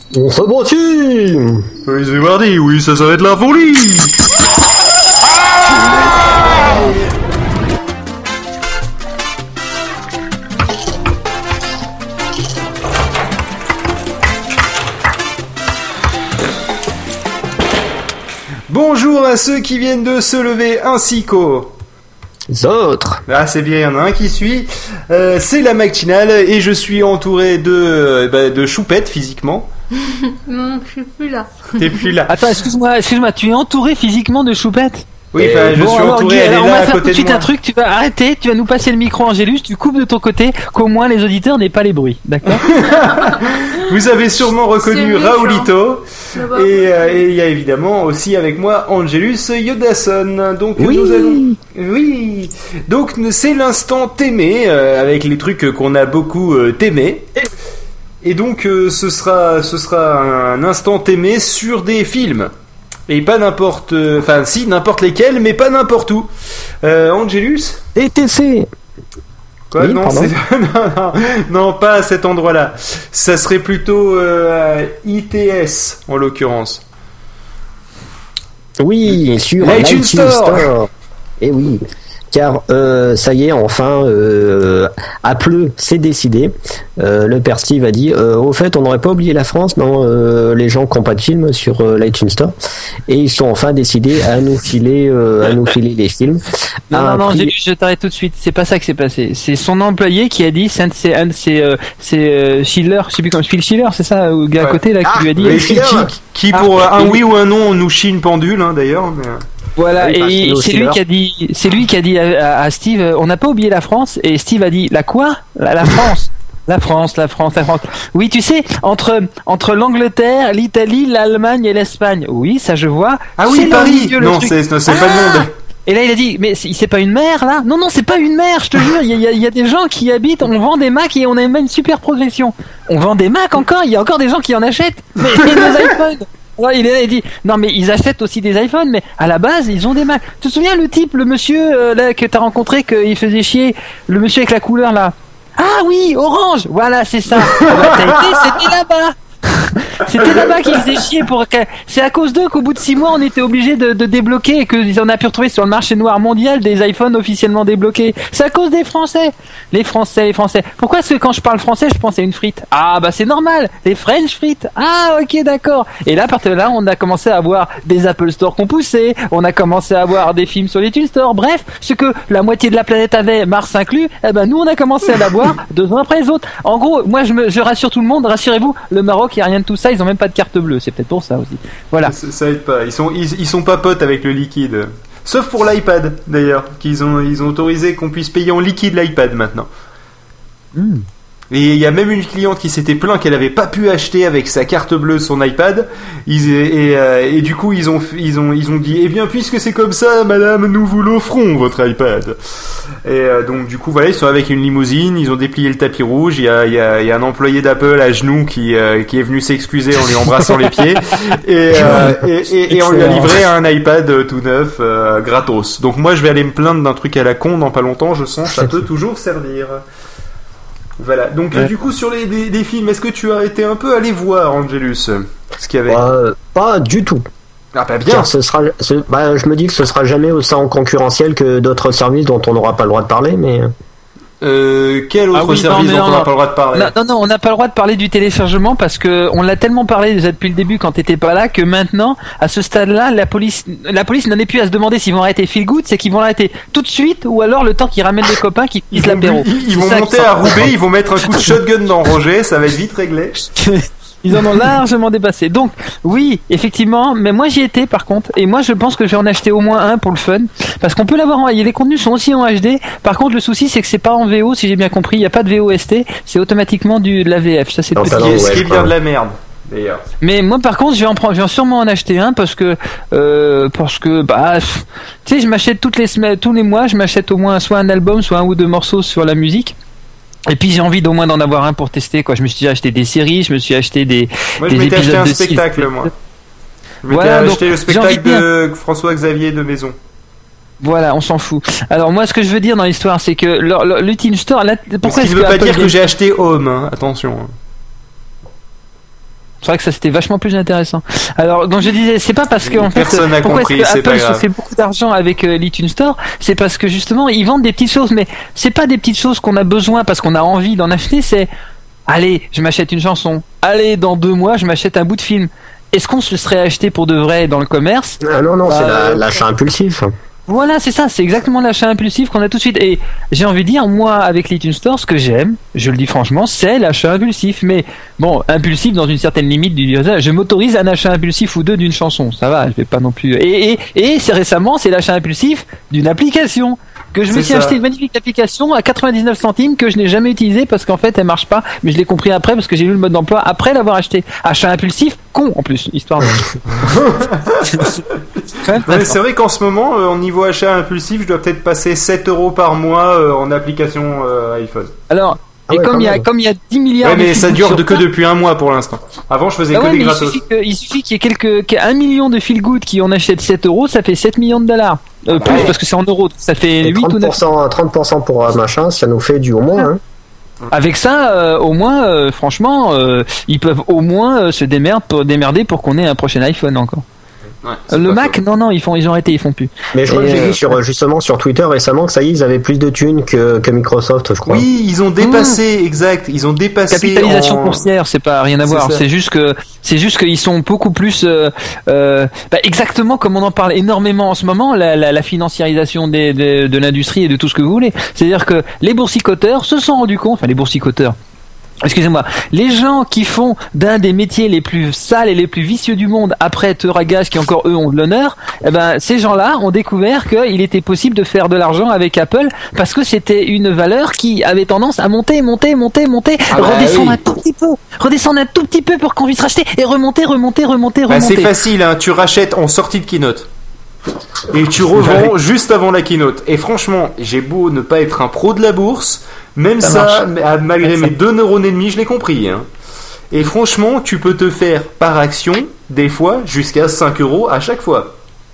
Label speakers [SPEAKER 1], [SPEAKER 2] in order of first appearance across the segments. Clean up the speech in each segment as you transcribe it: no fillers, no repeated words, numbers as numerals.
[SPEAKER 1] On se bâtit.
[SPEAKER 2] Oui, c'est mardi, oui, ça va être la folie. Bonjour à ceux qui viennent de se lever ainsi qu'aux
[SPEAKER 1] autres.
[SPEAKER 2] Ah, c'est bien, il y en a un qui suit. C'est la matinale et je suis entouré de choupettes physiquement.
[SPEAKER 3] Non, je suis plus là.
[SPEAKER 2] T'es plus là.
[SPEAKER 4] Attends, excuse-moi, tu es entouré physiquement de choupettes?
[SPEAKER 2] Oui, enfin, je suis entouré, elle est
[SPEAKER 4] on
[SPEAKER 2] là
[SPEAKER 4] va
[SPEAKER 2] à
[SPEAKER 4] faire
[SPEAKER 2] côté
[SPEAKER 4] tout de suite
[SPEAKER 2] de moi.
[SPEAKER 4] un truc, tu vas arrêter, tu vas nous passer le micro, Angélus, tu coupes de ton côté, qu'au moins les auditeurs n'aient pas les bruits, d'accord?
[SPEAKER 2] Vous avez sûrement reconnu
[SPEAKER 3] C'est méchant.
[SPEAKER 2] Raoulito. Et il y a évidemment aussi avec moi Angelus Yodason. Donc
[SPEAKER 1] Oui.
[SPEAKER 2] nous allons. Oui. Donc c'est l'instant t'aimer avec les trucs qu'on a beaucoup t'aimé. Et donc ce sera un instant t'aimer sur des films. Et pas n'importe. Enfin si n'importe lesquels, mais pas n'importe où. Angelus.
[SPEAKER 1] ETC.
[SPEAKER 2] Quoi,
[SPEAKER 1] Oui,
[SPEAKER 2] non,
[SPEAKER 1] pardon.
[SPEAKER 2] non, pas à cet endroit-là. Ça serait plutôt ITS en l'occurrence.
[SPEAKER 1] Oui, sur
[SPEAKER 2] l'iTunes Store.
[SPEAKER 1] Et oui, car ça y est, enfin, Apple s'est décidé. Le père Steve a dit, au fait, on n'aurait pas oublié la France, non, les gens qui n'ont pas de films sur l'iTunes Store, et ils sont enfin décidés à nous filer les films.
[SPEAKER 4] Non, je t'arrête tout de suite. C'est pas ça que c'est passé. C'est son employé qui a dit, c'est Schiller, je sais plus comment, Phil Schiller, c'est ça, le gars à côté là, qui lui a dit.
[SPEAKER 2] Mais qui pour un oui ou un non, nous chie une pendule, hein, d'ailleurs. Mais...
[SPEAKER 4] Voilà,
[SPEAKER 1] Oui,
[SPEAKER 4] et c'est lui qui a dit à Steve, on n'a pas oublié la France, et Steve a dit, la quoi? La France. La France. Oui, tu sais, entre l'Angleterre, l'Italie, l'Allemagne et l'Espagne. Oui, ça je vois.
[SPEAKER 2] Ah oui,
[SPEAKER 4] C'est
[SPEAKER 2] Paris.
[SPEAKER 4] milieu, le
[SPEAKER 2] Non,
[SPEAKER 4] truc.
[SPEAKER 2] c'est pas le monde.
[SPEAKER 4] Et là, il a dit, mais c'est pas une mer, là? Non, c'est pas une mer, je te jure. Il y a des gens qui habitent, on vend des Macs et on a même une super progression. On vend des Macs encore, il y a encore des gens qui en achètent. Mais des iPhones. Ouais, il est là, il dit, non, mais ils achètent aussi des iPhones, mais à la base, ils ont des Macs. Tu te souviens, le type, le monsieur, là, que t'as rencontré, qu'il faisait chier, le monsieur avec la couleur, là? Ah oui, orange! Voilà, c'est ça. T'as été, c'était là-bas. C'était là-bas qu'ils faisaient chier c'est à cause d'eux qu'au bout de 6 mois on était obligé de débloquer et qu'on a pu retrouver sur le marché noir mondial des iPhones officiellement débloqués. C'est à cause des Français. Les Français. Pourquoi est-ce que quand je parle français je pense à une frite? Ah bah c'est normal. Les French frites. Ah ok d'accord. Et là à partir de là on a commencé à avoir des Apple Store qu'on poussait. On a commencé à avoir des films sur les iTunes Store. Bref, ce que la moitié de la planète avait, Mars inclus, eh ben nous on a commencé à l'avoir 2 ans après les autres. En gros, moi je rassure tout le monde, rassurez-vous, le Maroc il y a rien de tout ça, ils ont même pas de carte bleue, c'est peut-être pour ça aussi. Voilà.
[SPEAKER 2] Ça aide pas. Ils sont pas potes avec le liquide. Sauf pour l'iPad d'ailleurs, ils ont autorisé qu'on puisse payer en liquide l'iPad maintenant. Et il y a même une cliente qui s'était plaint qu'elle avait pas pu acheter avec sa carte bleue son iPad. Et du coup ils ont dit, eh bien puisque c'est comme ça, madame, nous vous l'offrons votre iPad. Et donc du coup voilà, ils sont avec une limousine, ils ont déplié le tapis rouge. Il y a un employé d'Apple à genoux qui est venu s'excuser en lui embrassant les pieds. Et on lui a livré un iPad tout neuf gratos. Donc moi je vais aller me plaindre d'un truc à la con dans pas longtemps. Je sens ça peut toujours servir. Voilà, donc du coup sur des films, est-ce que tu as été un peu allé voir, Angelus, ce qu'il y avait?
[SPEAKER 1] Pas du tout.
[SPEAKER 2] Ah bah bien.
[SPEAKER 1] Car je me dis que ce sera jamais aussi en concurrentiel que d'autres services dont on n'aura pas le droit de parler, mais...
[SPEAKER 2] Quel autre service dont on n'a pas le droit de parler?
[SPEAKER 4] Non, on n'a pas le droit de parler du téléchargement parce que on l'a tellement parlé déjà depuis le début quand t'étais pas là que maintenant, à ce stade-là, la police n'en est plus à se demander s'ils vont arrêter Feel Good, c'est qu'ils vont l'arrêter tout de suite ou alors le temps qu'ils ramènent les copains qui disent l'apéro.
[SPEAKER 2] Ils vont monter à Roubaix, ils vont mettre un coup de shotgun dans Roger, ça va être vite réglé.
[SPEAKER 4] Ils en ont largement dépassé. Donc, oui, effectivement, mais moi j'y étais par contre, et moi je pense que je vais en acheter au moins un pour le fun, parce qu'on peut l'avoir les contenus sont aussi en HD, par contre le souci c'est que c'est pas en VO, si j'ai bien compris, il n'y a pas de VOST, c'est automatiquement de la VF, ça c'est
[SPEAKER 2] ce qui est bien de la merde. D'ailleurs.
[SPEAKER 4] Mais moi par contre je vais sûrement en acheter un parce que tu sais je m'achète tous les mois je m'achète au moins soit un album soit un ou deux morceaux sur la musique. Et puis j'ai envie d'au moins d'en avoir un pour tester quoi. Je me suis acheté des séries, je me suis acheté des
[SPEAKER 2] moi je m'étais acheté un spectacle moi. Je m'étais acheté le spectacle de François-Xavier de Maison.
[SPEAKER 4] Voilà, on s'en fout. Alors moi ce que je veux dire dans l'histoire c'est que l'iTunes Store là,
[SPEAKER 2] pourquoi ce qui ne veut pas dire que j'ai acheté Home, hein. Attention.
[SPEAKER 4] C'est vrai que ça c'était vachement plus intéressant. Alors, donc je disais, c'est pas parce que en fait,
[SPEAKER 2] Personne n'a
[SPEAKER 4] pourquoi
[SPEAKER 2] compris,
[SPEAKER 4] est-ce que
[SPEAKER 2] c'est pas
[SPEAKER 4] Apple se
[SPEAKER 2] grave.
[SPEAKER 4] fait beaucoup d'argent avec l'iTunes Store, c'est parce que justement ils vendent des petites choses, mais c'est pas des petites choses qu'on a besoin parce qu'on a envie d'en acheter. C'est, allez, je m'achète une chanson. Allez, dans 2 mois, je m'achète un bout de film. Est-ce qu'on se serait acheté pour de vrai dans le commerce?
[SPEAKER 1] Ah non, c'est l'achat impulsif.
[SPEAKER 4] Voilà, c'est ça, c'est exactement l'achat impulsif qu'on a tout de suite. Et j'ai envie de dire, moi, avec l'iTunes Store, ce que j'aime, je le dis franchement, c'est l'achat impulsif. Mais bon, impulsif dans une certaine limite du usage. Je m'autorise un achat impulsif ou 2 d'une chanson. Ça va, je vais pas non plus. Et c'est récemment, c'est l'achat impulsif d'une application. Que je me
[SPEAKER 2] C'est
[SPEAKER 4] suis
[SPEAKER 2] ça.
[SPEAKER 4] acheté une magnifique application à 99 centimes que je n'ai jamais utilisée parce qu'en fait elle marche pas, mais je l'ai compris après parce que j'ai lu le mode d'emploi après l'avoir acheté. Achat impulsif, con en plus, histoire de.
[SPEAKER 2] Ouais, c'est vrai qu'en ce moment, au niveau achat impulsif, je dois peut-être passer 7€ par mois en application iPhone.
[SPEAKER 4] Alors,
[SPEAKER 1] Ah ouais,
[SPEAKER 4] comme il y a 10 milliards
[SPEAKER 2] Ouais, mais
[SPEAKER 4] de
[SPEAKER 2] ça
[SPEAKER 4] fil
[SPEAKER 2] dure
[SPEAKER 4] good
[SPEAKER 2] que
[SPEAKER 4] sur
[SPEAKER 2] depuis un mois pour l'instant. Avant, je faisais
[SPEAKER 4] Ah
[SPEAKER 2] que
[SPEAKER 4] ouais,
[SPEAKER 2] des
[SPEAKER 4] mais
[SPEAKER 2] gratos.
[SPEAKER 4] il suffit qu'il y ait 1 million de feel good qui en achètent 7 euros, ça fait 7 millions de dollars. Plus parce que c'est en euros, ça fait
[SPEAKER 1] Et
[SPEAKER 4] 8 ou 9.
[SPEAKER 1] 30% pour machin, ça nous fait du au moins. Hein.
[SPEAKER 4] Avec ça, au moins, franchement, ils peuvent au moins se démerder pour qu'on ait un prochain iPhone encore.
[SPEAKER 2] Ouais, c'est
[SPEAKER 4] Le
[SPEAKER 2] pas
[SPEAKER 4] Mac,
[SPEAKER 2] faux.
[SPEAKER 4] non, ils ont arrêté, ils font plus.
[SPEAKER 1] Mais je crois que
[SPEAKER 4] Et,
[SPEAKER 1] j'ai vu justement sur Twitter récemment que ça y est, ils avaient plus de thunes que Microsoft, je crois.
[SPEAKER 2] Oui, ils ont dépassé, exact. Ils ont dépassé.
[SPEAKER 4] Capitalisation boursière, c'est pas rien à
[SPEAKER 2] C'est
[SPEAKER 4] voir.
[SPEAKER 2] ça.
[SPEAKER 4] C'est juste qu'ils sont beaucoup plus, exactement comme on en parle énormément en ce moment, la financiarisation de l'industrie et de tout ce que vous voulez. C'est-à-dire que les boursicoteurs se sont rendus compte, enfin les boursicoteurs. Excusez-moi, les gens qui font d'un des métiers les plus sales et les plus vicieux du monde après Teuragas qui encore eux ont de l'honneur, eh ben ces gens-là ont découvert qu'il était possible de faire de l'argent avec Apple parce que c'était une valeur qui avait tendance à monter,
[SPEAKER 2] Ah bah
[SPEAKER 4] redescendre
[SPEAKER 2] oui.
[SPEAKER 4] un tout petit peu pour qu'on puisse racheter et remonter.
[SPEAKER 2] Bah, c'est facile, hein. Tu rachètes en sortie de keynote. Et tu revends juste avant la keynote. Et franchement, j'ai beau ne pas être un pro de la bourse, même ça, malgré mes 2 neurones et demi, je l'ai compris. Hein. Et franchement, tu peux te faire par action, des fois, jusqu'à 5€ à chaque fois.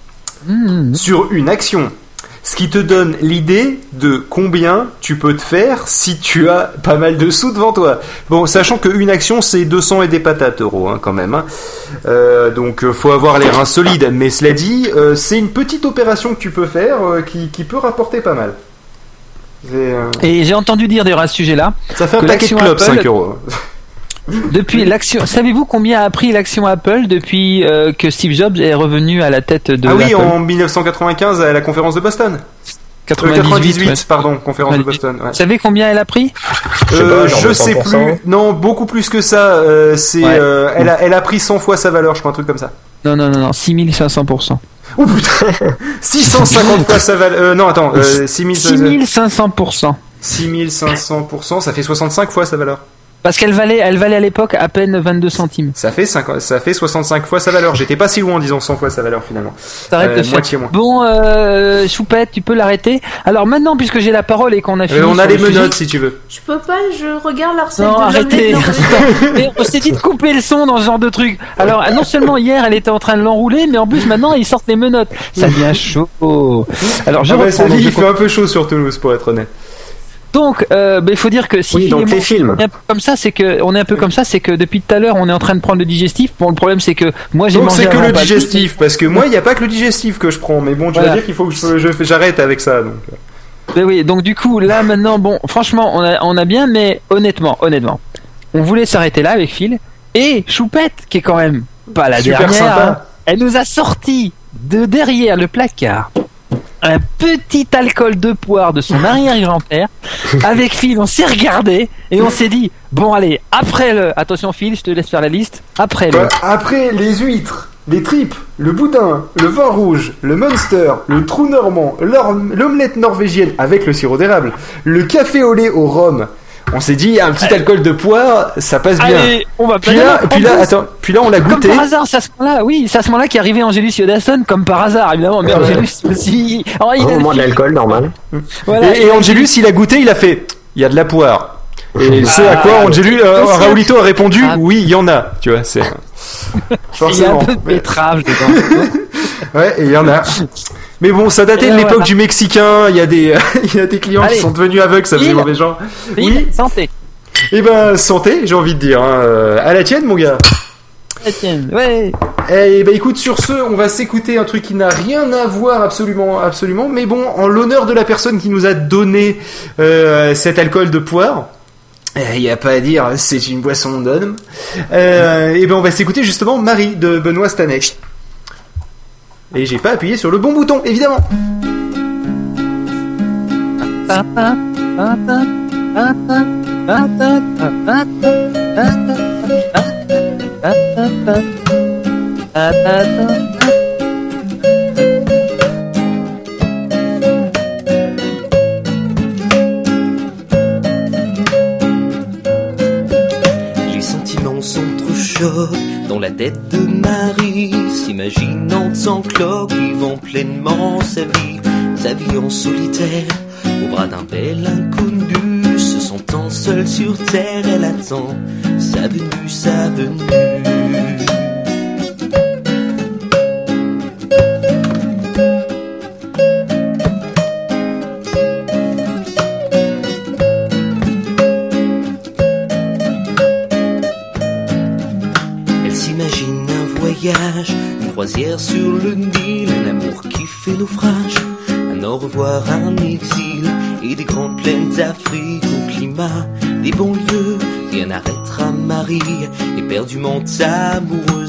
[SPEAKER 2] Sur une action. Ce qui te donne l'idée de combien tu peux te faire si tu as pas mal de sous devant toi. Bon, sachant qu'une action c'est 200 et des patates euros hein, quand même. Hein. Donc faut avoir les reins solides. Mais cela dit, c'est une petite opération que tu peux faire qui peut rapporter pas mal.
[SPEAKER 4] Et j'ai entendu dire d'ailleurs à ce sujet-là.
[SPEAKER 2] Ça fait un
[SPEAKER 4] que
[SPEAKER 2] paquet de
[SPEAKER 4] l'action
[SPEAKER 2] clopes,
[SPEAKER 4] Apple-
[SPEAKER 2] 5€.
[SPEAKER 4] Depuis l'action, savez-vous combien a pris l'action Apple depuis que Steve Jobs est revenu à la tête de
[SPEAKER 2] Ah oui,
[SPEAKER 4] l'Apple
[SPEAKER 2] en 1995 à la conférence de Boston.
[SPEAKER 4] 98, ouais.
[SPEAKER 2] Pardon, conférence de Boston. Ouais.
[SPEAKER 4] Vous savez combien elle a pris?
[SPEAKER 1] Je sais pas, genre
[SPEAKER 2] je
[SPEAKER 1] de
[SPEAKER 2] sais
[SPEAKER 1] 100%.
[SPEAKER 2] plus. Non, beaucoup plus que ça.
[SPEAKER 4] Ouais.
[SPEAKER 2] Elle a pris 100 fois sa valeur, je crois, un truc comme ça.
[SPEAKER 4] Non, 6500%.
[SPEAKER 2] Oh putain 650 fois sa valeur. Non, attends,
[SPEAKER 4] 6500%.
[SPEAKER 2] 6500%, ça fait 65 fois sa valeur.
[SPEAKER 4] Parce qu'elle valait à l'époque à peine 22 centimes.
[SPEAKER 2] Ça fait 65 fois sa valeur. J'étais pas si loin en disant 100 fois sa valeur finalement.
[SPEAKER 4] T'arrêtes de faire.
[SPEAKER 2] Moitié moins.
[SPEAKER 4] Bon, Choupette, tu peux l'arrêter. Alors maintenant, puisque j'ai la parole et qu'on a fini.
[SPEAKER 2] On a
[SPEAKER 4] sur
[SPEAKER 2] les
[SPEAKER 4] le sujet-
[SPEAKER 2] menottes si tu veux.
[SPEAKER 3] Je peux pas, je regarde la recette
[SPEAKER 4] Non,
[SPEAKER 3] de
[SPEAKER 4] arrêtez.
[SPEAKER 3] l'omelette norvégienne.
[SPEAKER 4] Mais on s'est dit de couper le son dans ce genre de truc. Alors, non seulement hier, elle était en train de l'enrouler, mais en plus maintenant, ils sortent les menottes. Ça devient chaud. Alors, je
[SPEAKER 2] Ah bah,
[SPEAKER 4] reprends.
[SPEAKER 2] ça dit,
[SPEAKER 4] Donc,
[SPEAKER 2] il fait un peu chaud sur Toulouse pour être honnête.
[SPEAKER 4] Donc, il faut dire que si
[SPEAKER 1] Oui, donc
[SPEAKER 4] Phil et
[SPEAKER 1] les
[SPEAKER 4] moi,
[SPEAKER 1] films.
[SPEAKER 4] on est un peu comme ça, c'est que depuis tout à l'heure, on est en train de prendre le digestif. Bon, le problème, c'est que moi, j'ai
[SPEAKER 2] Donc
[SPEAKER 4] mangé
[SPEAKER 2] c'est que
[SPEAKER 4] avant
[SPEAKER 2] le
[SPEAKER 4] pas
[SPEAKER 2] digestif, parce que moi il n'y a pas que le digestif que je prends, mais bon tu
[SPEAKER 4] Voilà.
[SPEAKER 2] vas dire qu'il faut que j'arrête avec ça. Donc.
[SPEAKER 4] Ben oui, donc du coup, là maintenant, bon, franchement, on a bien, mais honnêtement, on voulait s'arrêter là avec Phil et Choupette, qui est quand même pas la
[SPEAKER 2] Super
[SPEAKER 4] dernière.
[SPEAKER 2] sympa.
[SPEAKER 4] Hein, elle nous a sorti de derrière le placard un petit alcool de poire de son arrière-grand-père. Avec Phil, on s'est regardé et on s'est dit, bon allez, attention Phil, je te laisse faire la liste. Après
[SPEAKER 2] Après les huîtres, les tripes, le boudin, le vin rouge, le Munster, le trou normand, l'omelette norvégienne avec le sirop d'érable, le café au lait au rhum. On s'est dit, un petit alcool de poire, ça passe bien.
[SPEAKER 4] Allez, on va
[SPEAKER 2] Puis là, on l'a
[SPEAKER 4] Comme
[SPEAKER 2] goûté.
[SPEAKER 4] par hasard, c'est à ce moment-là, oui, c'est à ce moment-là qu'est arrivé Angelus Yodasson, comme par hasard, évidemment. Mais Angelus aussi. Alors, il
[SPEAKER 1] Au
[SPEAKER 4] a
[SPEAKER 1] moment de l'alcool, normal.
[SPEAKER 4] voilà,
[SPEAKER 2] Et Angelus, il a goûté, il a fait, il y a de la poire. Et ce à quoi Angelus, Raoulito a répondu,
[SPEAKER 4] Ah.
[SPEAKER 2] oui, il y en a. Tu vois, c'est
[SPEAKER 4] il y a un
[SPEAKER 2] forcément.
[SPEAKER 4] peu de betterave dedans.
[SPEAKER 2] Ouais, et il y en a. Mais bon, ça datait
[SPEAKER 4] Et
[SPEAKER 2] de l'époque
[SPEAKER 4] voilà.
[SPEAKER 2] du Mexicain. Il y a des clients
[SPEAKER 4] Allez.
[SPEAKER 2] qui sont devenus aveugles, ça faisait
[SPEAKER 4] Phil.
[SPEAKER 2] mauvais genre.
[SPEAKER 4] Phil,
[SPEAKER 2] Oui.
[SPEAKER 4] santé.
[SPEAKER 2] Eh ben, santé, j'ai envie de dire. Hein. À la tienne, mon gars.
[SPEAKER 4] la tienne. Ouais.
[SPEAKER 2] Eh ben écoute, sur ce, on va s'écouter un truc qui n'a rien à voir absolument, mais bon, en l'honneur de la personne qui nous a donné cet alcool de poire. Il y a pas à dire, c'est une boisson d'homme. Et ben on va s'écouter justement Marie de Benoît Stanek. Et j'ai pas appuyé sur le bon bouton, évidemment.
[SPEAKER 5] Les sentiments s'entrechoquent dans la tête de Marie, s'imaginant sans cloque, vivant pleinement sa vie en solitaire, au bras d'un bel inconnu, se sentant seule sur terre, elle attend sa venue. Une croisière sur le Nil, un amour qui fait naufrage, un au revoir, un exil et des grandes plaines d'Afrique au climat des banlieues, rien n'arrêtera Marie, éperdument amoureux.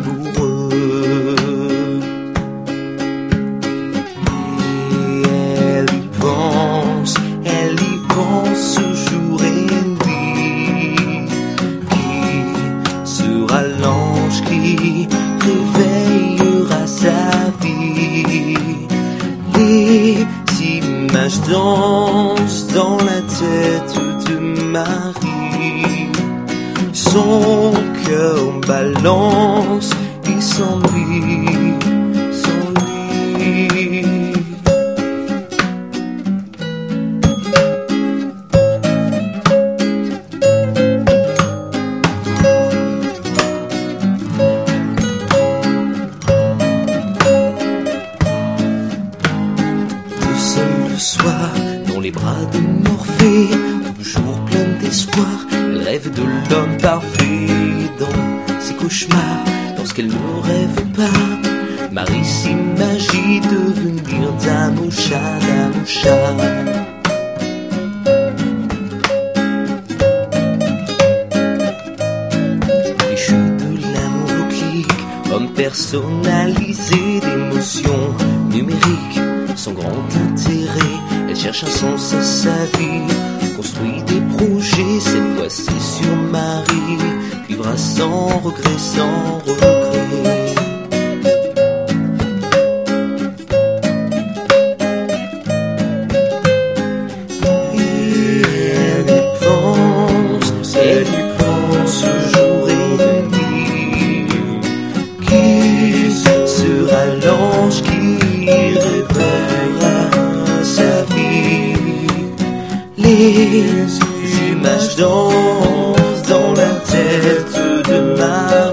[SPEAKER 5] Et elle y pense jour et nuit. Qui sera l'ange qui réveillera sa vie? Les images dansent dans la tête de Marie. Son cœur balance et s'ennuie. Lorsqu'elle ne rêve pas, Marie s'imagine devenir dame au chat. Les jeux de l'amour au clic, homme personnalisé d'émotions numériques, sans grand intérêt, elle cherche un sens à sa vie, construit des projets, cette fois c'est sur Marie, vivra sans regret. Elle y pense jour et nuit. Qui sera l'ange qui réveillera sa vie? Les images dansent dans la tête de Marie.